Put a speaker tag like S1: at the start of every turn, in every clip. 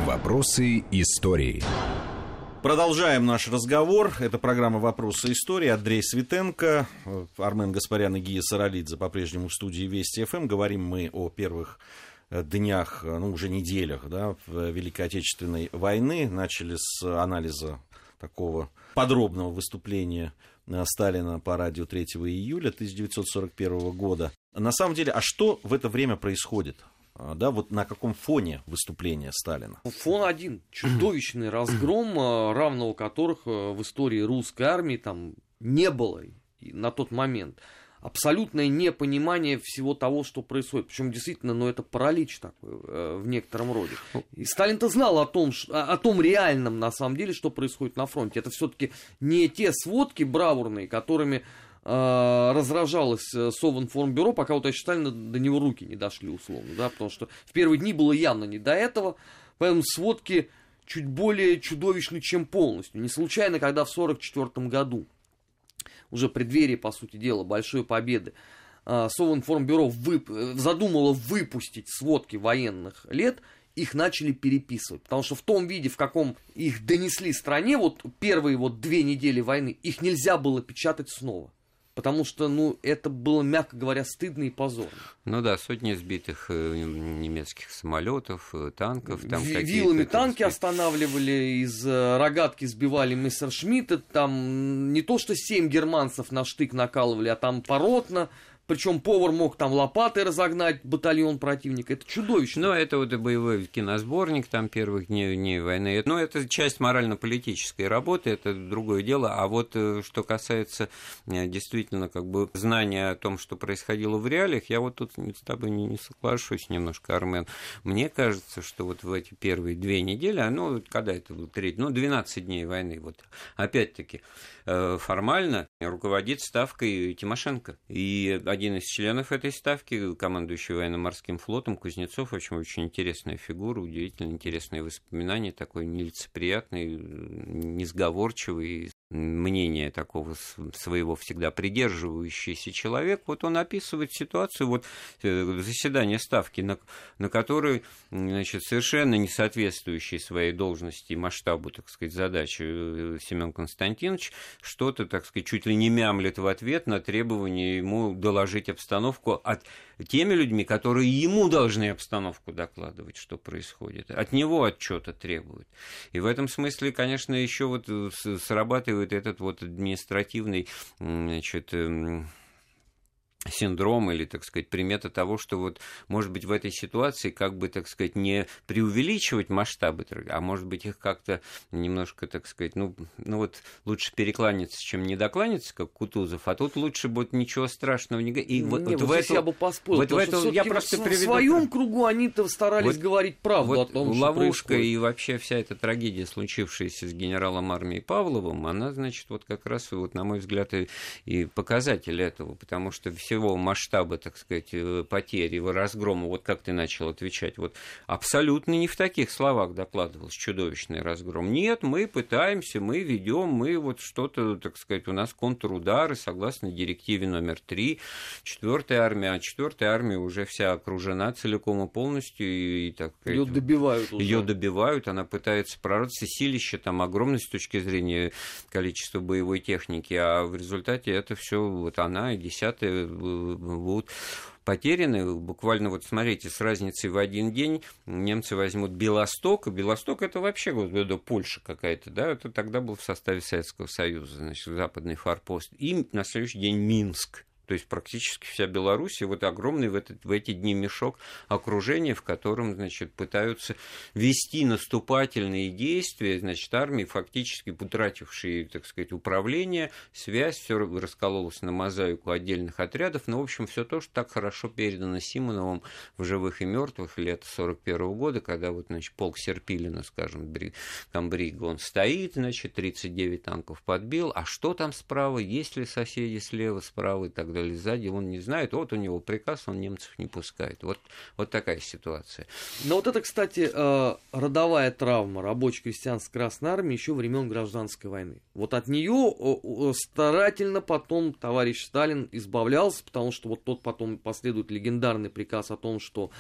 S1: Вопросы истории.
S2: Продолжаем наш разговор. Это программа «Вопросы истории». Андрей Светенко, Армен Гаспарян и Гия Саралидзе по-прежнему в студии Вести ФМ. Говорим мы о первых днях, уже неделях, Великой Отечественной войны. Начали с анализа такого подробного выступления Сталина по радио 3 июля 1941 года. На самом деле, а что в это время происходит? На каком фоне выступления Сталина?
S3: Фон один. Чудовищный разгром, равного которых в истории русской армии там не было на тот момент. Абсолютное непонимание всего того, что происходит. Причем действительно, это паралич такой в некотором роде. И Сталин-то знал о том реальном, на самом деле, что происходит на фронте. Это все-таки не те сводки бравурные, которыми разражалось Совинформбюро, пока у товарища Сталина до него руки не дошли, условно, потому что в первые дни было явно не до этого, поэтому сводки чуть более чудовищны, чем полностью. Не случайно, когда в 1944 году, уже в преддверии, по сути дела, большой победы, Совинформбюро задумало выпустить сводки военных лет, их начали переписывать, потому что в том виде, в каком их донесли стране, первые 2 недели войны, их нельзя было печатать снова. Потому что, это было, мягко говоря, стыдно и позорно.
S4: Сотни сбитых немецких самолетов, танков. Там
S3: вилами танки останавливали, из рогатки сбивали мессершмитты, там не то что 7 германцев на штык накалывали, а там поротно. Причем повар мог там лопатой разогнать батальон противника. Это чудовищно.
S4: Это боевой киносборник первых дней войны. Это часть морально-политической работы, это другое дело. А что касается действительно знания о том, что происходило в реалиях, я тут с тобой не соглашусь немножко, Армен. Мне кажется, что в эти первые 2 недели, когда это было, 12 дней войны, опять-таки, формально руководит ставкой Тимошенко. И один из членов этой ставки, командующий военно-морским флотом, Кузнецов, в общем, очень интересная фигура, удивительно интересные воспоминания, такой нелицеприятный, несговорчивый, мнение такого своего всегда придерживающийся человек, он описывает ситуацию, заседание ставки, на которой, совершенно не соответствующей своей должности и масштабу, задачи Семен Константинович что-то, чуть ли не мямлет в ответ на требование ему доложить обстановку теми людьми, которые ему должны обстановку докладывать, что происходит. От него отчета требуют. И в этом смысле, конечно, еще срабатывает этот административный, синдром или, примета того, что может быть, в этой ситуации не преувеличивать масштабы, а может быть, их как-то немножко, лучше перекланяться, чем не докланяться, как Кутузов, а тут лучше ничего страшного не говорить.
S3: Я бы поспорил, я просто в своем кругу они-то старались говорить правду о том, что
S4: ловушка
S3: происходит.
S4: И вообще вся эта трагедия, случившаяся с генералом армии Павловым, она, как раз, на мой взгляд, и показатель этого, потому что всего масштаба, потерь и разгрома, как ты начал отвечать, абсолютно не в таких словах докладывался чудовищный разгром. Нет, мы пытаемся, мы ведем, мы что-то, у нас контрудары, согласно директиве номер 3, 4-я армия, а 4-я армия уже вся окружена целиком и полностью, и
S3: ее добивают уже.
S4: Ее добивают, она пытается прорваться, силище там огромное с точки зрения количества боевой техники, а в результате это все она и 10-я будут потеряны. Буквально, смотрите, с разницей в один день немцы возьмут Белосток. Белосток — это вообще Польша какая-то, это тогда был в составе Советского Союза, западный форпост. И на следующий день Минск. То есть практически вся Белоруссия, огромный в эти дни мешок окружения, в котором, пытаются вести наступательные действия, армии, фактически утратившие, управление, связь, все раскололось на мозаику отдельных отрядов, в общем, все то, что так хорошо передано Симоновым в «Живых и мертвых» лета 1941 года, когда полк Серпилина, скажем, комбрига, он стоит, 39 танков подбил, а что там справа, есть ли соседи слева, справа и так далее. Сзади он не знает, у него приказ, он немцев не пускает. Вот такая ситуация.
S3: Но это, кстати, родовая травма рабоче-крестьянской Красной Армии еще времен Гражданской войны. От нее старательно потом товарищ Сталин избавлялся, потому что тот потом последует легендарный приказ о том, что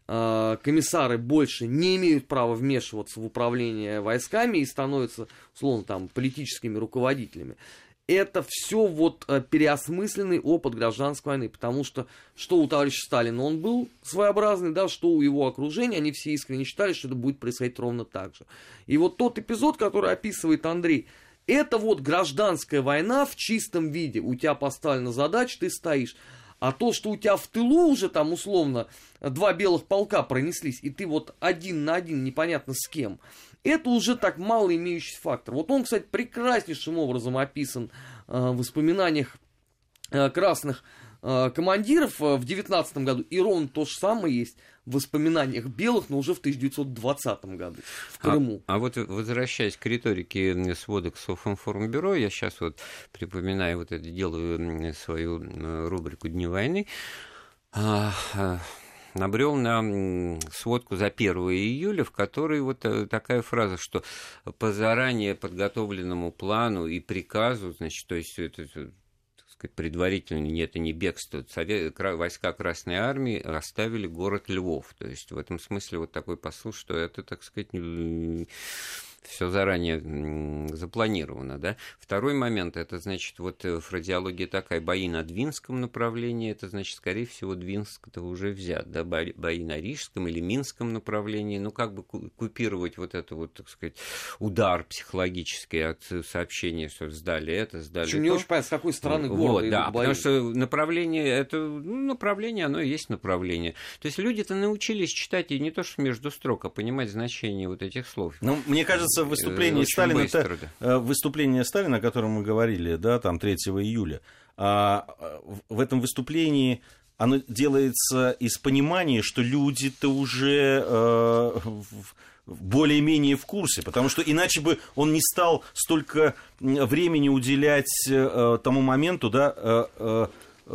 S3: комиссары больше не имеют права вмешиваться в управление войсками и становятся, условно, там, политическими руководителями. Это все вот переосмысленный опыт гражданской войны, потому что у товарища Сталина он был своеобразный, да, что у его окружения, они все искренне считали, что это будет происходить ровно так же. И вот тот эпизод, который описывает Андрей, это вот гражданская война в чистом виде. У тебя поставлена задача, ты стоишь. А то, что у тебя в тылу уже там условно 2 белых полка пронеслись, и ты вот 1 на 1 непонятно с кем, это уже так мало имеющийся фактор. Вот он, кстати, прекраснейшим образом описан в воспоминаниях красных командиров в 19 году. И ровно то же самое есть в воспоминаниях белых, но уже в 1920 году в Крыму.
S4: А вот возвращаясь к риторике сводок Софинформбюро, я сейчас вот припоминаю, вот это делаю свою рубрику «Дни войны», набрел на сводку за 1 июля, в которой вот такая фраза, что по заранее подготовленному плану и приказу, значит, то есть это, так сказать, предварительно, это не бегство, войска Красной Армии оставили город Львов. То есть в этом смысле вот такой посыл, что это, так сказать, все заранее запланировано, да. Второй момент, это, значит, вот фразеология такая, бои на Двинском направлении, это, значит, скорее всего, Двинск-то уже взят, да, бои на Рижском или Минском направлении, ну, как бы купировать вот это вот, так сказать, удар психологический от сообщения, что сдали это, сдали
S3: Причем
S4: то.
S3: не очень понятно, с какой стороны города
S4: Вот,
S3: идут
S4: да,
S3: бои.
S4: потому что направление, это, направление, оно и есть направление. То есть люди-то научились читать и не то, что между строк, а понимать значение вот этих слов.
S2: Ну, мне кажется, выступление Сталина, быстро, да. Выступление Сталина, о котором мы говорили, да, там 3 июля, в этом выступлении оно делается из понимания, что люди-то уже более-менее в курсе, потому что иначе бы он не стал столько времени уделять тому моменту, да,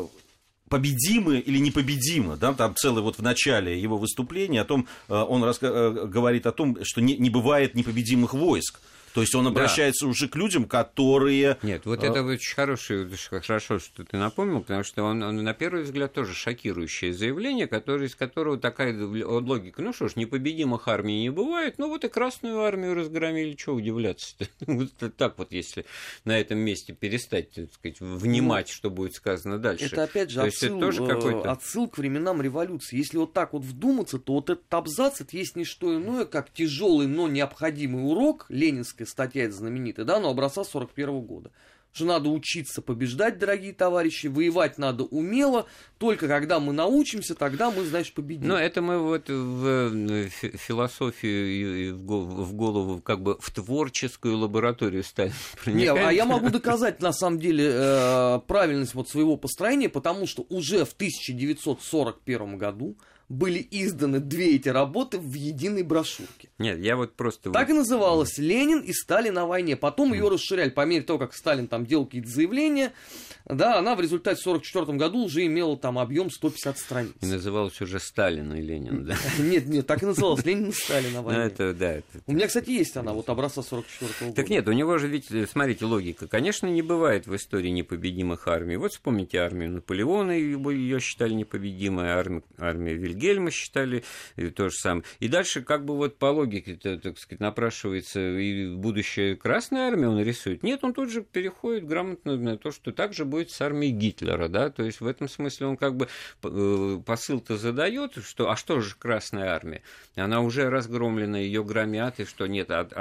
S2: победимы или непобедимы, да, там целый вот в начале его выступления о том, он говорит о том, что не бывает непобедимых войск. То есть он обращается уже к людям, которые...
S4: Нет, вот это очень хорошо, что ты напомнил, потому что он на первый взгляд тоже шокирующее заявление, из которого такая логика, ну что ж, непобедимых армий не бывает, ну вот и Красную армию разгромили, чего удивляться-то? Вот так вот, если на этом месте перестать, так сказать, внимать, что будет сказано дальше.
S3: Это опять же отсыл к временам революции. Если вот так вот вдуматься, то вот этот абзац, это есть не что иное, как тяжелый, но необходимый урок ленинской статья эта знаменитая, да, но образца 41 года. Что надо учиться побеждать, дорогие товарищи, воевать надо умело, только когда мы научимся, тогда мы, значит, победим.
S4: Но это мы вот в философию и в голову, как бы в творческую лабораторию ставим.
S3: Нет, а я могу доказать, на самом деле, правильность вот своего построения, потому что уже в 1941 году были изданы 2 эти работы в единой брошюрке.
S4: Нет, я вот просто...
S3: Так и называлась «Ленин и Сталин на войне». Потом ее расширяли по мере того, как Сталин там делал какие-то заявления. Да, она в результате в 1944 году уже имела там объем 150 страниц.
S4: И называлась уже «Сталин и Ленин», да?
S3: Нет, так и называлась «Ленин и Сталин на войне».
S4: Это, да.
S3: У меня, кстати, есть она, вот образца 1944 года.
S4: Так нет, у него же ведь, смотрите, логика. Конечно, не бывает в истории непобедимых армий. Вот вспомните армию Наполеона, ее считали непобедимой, армию Вильгельма считали то же самое. И дальше как бы вот по логике, так сказать, напрашивается и будущее Красной армии он рисует. Нет, он тут же переходит грамотно на то, что так же будет с армией Гитлера, да, то есть в этом смысле он как бы посыл-то задает, что, а что же Красная армия? Она уже разгромлена, ее громят, и что нет, от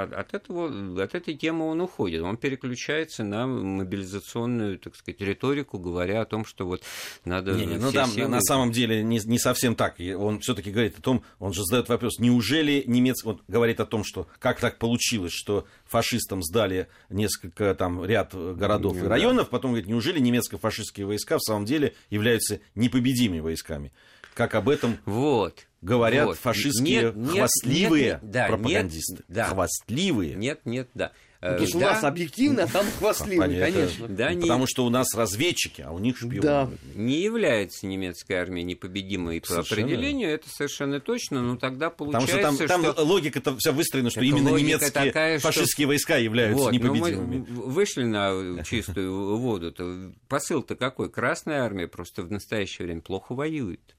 S4: этой темы он уходит, он переключается на мобилизационную, так сказать, риторику, говоря о том, что вот надо...
S2: Ну там на самом деле не совсем так, он все-таки говорит о том, он же задает вопрос, неужели он говорит о том, что как так получилось, что фашистам сдали несколько там ряд городов и районов, потом говорит, неужели немецко-фашистские войска в самом деле являются непобедимыми войсками? Как об этом говорят фашистские хвастливые пропагандисты. Хвастливые.
S4: Нет, да.
S3: Потому что у нас объективно, а там хвастливые, конечно.
S2: Да, потому что у нас разведчики, а у них шпионы.
S4: Да. Не является немецкая армия непобедимой по определению, это совершенно точно, но тогда получается,
S2: потому что там логика-то вся выстроена, что именно немецкие фашистские войска являются непобедимыми.
S4: Мы вышли на чистую воду. Посыл-то какой? Красная армия просто в настоящее время плохо воюет.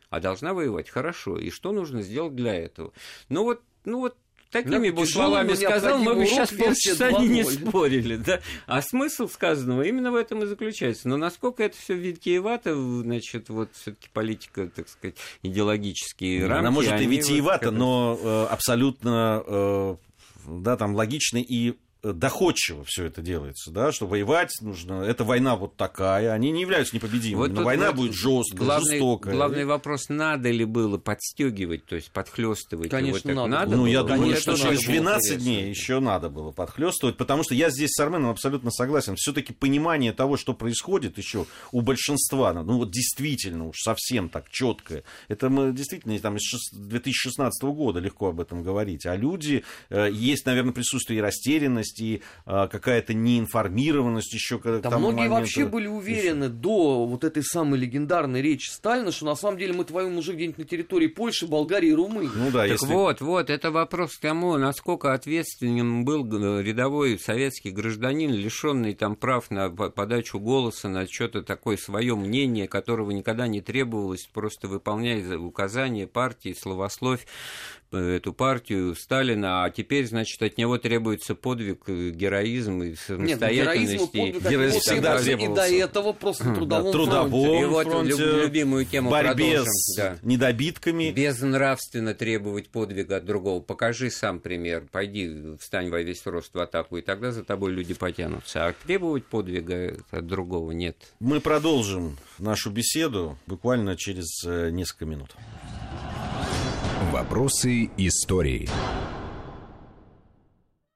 S4: а должна воевать. Хорошо. И что нужно сделать для этого? Ну вот такими бы словами сказал, мы бы сейчас полчаса не спорили. Да? А смысл сказанного именно в этом и заключается. Но насколько это все витиевато, значит, вот все-таки политика, так сказать, идеологические рамки.
S2: Она может и витиевато, но абсолютно там логично и доходчиво все это делается, да, что воевать нужно, эта война вот такая, они не являются непобедимыми, но война будет жесткая, жестокая.
S4: Главный вопрос, надо ли было подстегивать, то есть подхлестывать?
S3: Конечно,
S4: его,
S3: надо.
S2: Ну, я думаю,
S3: конечно,
S2: что через 12 дней еще надо было подхлестывать, потому что я здесь с Арменом абсолютно согласен. Все-таки понимание того, что происходит еще у большинства, ну вот действительно уж совсем так четкое, это мы действительно там из 2016 года легко об этом говорить, а люди, есть, наверное, присутствие и растерянности, и какая-то неинформированность еще.
S3: Да, многие вообще были уверены до вот этой самой легендарной речи Сталина, что на самом деле мы воюем уже где-нибудь на территории Польши, Болгарии и Румынии.
S4: Ну да, так вот, это вопрос к тому, насколько ответственным был рядовой советский гражданин, лишенный там прав на подачу голоса, на что-то такое свое мнение, которого никогда не требовалось, просто выполняя указания партии, словословь эту партию Сталина, а теперь, значит, от него требуется подвиг, героизм и самостоятельность.
S3: Героизм всегда требовался. И до этого просто на трудовом фронте.
S4: И вот любимую тему
S2: борьбе с недобитками.
S4: Безнравственно требовать подвига от другого. Покажи сам пример. Пойди, встань во весь рост в атаку, и тогда за тобой люди потянутся. А требовать подвига от другого нет.
S2: Мы продолжим нашу беседу буквально через несколько минут.
S1: Вопросы истории.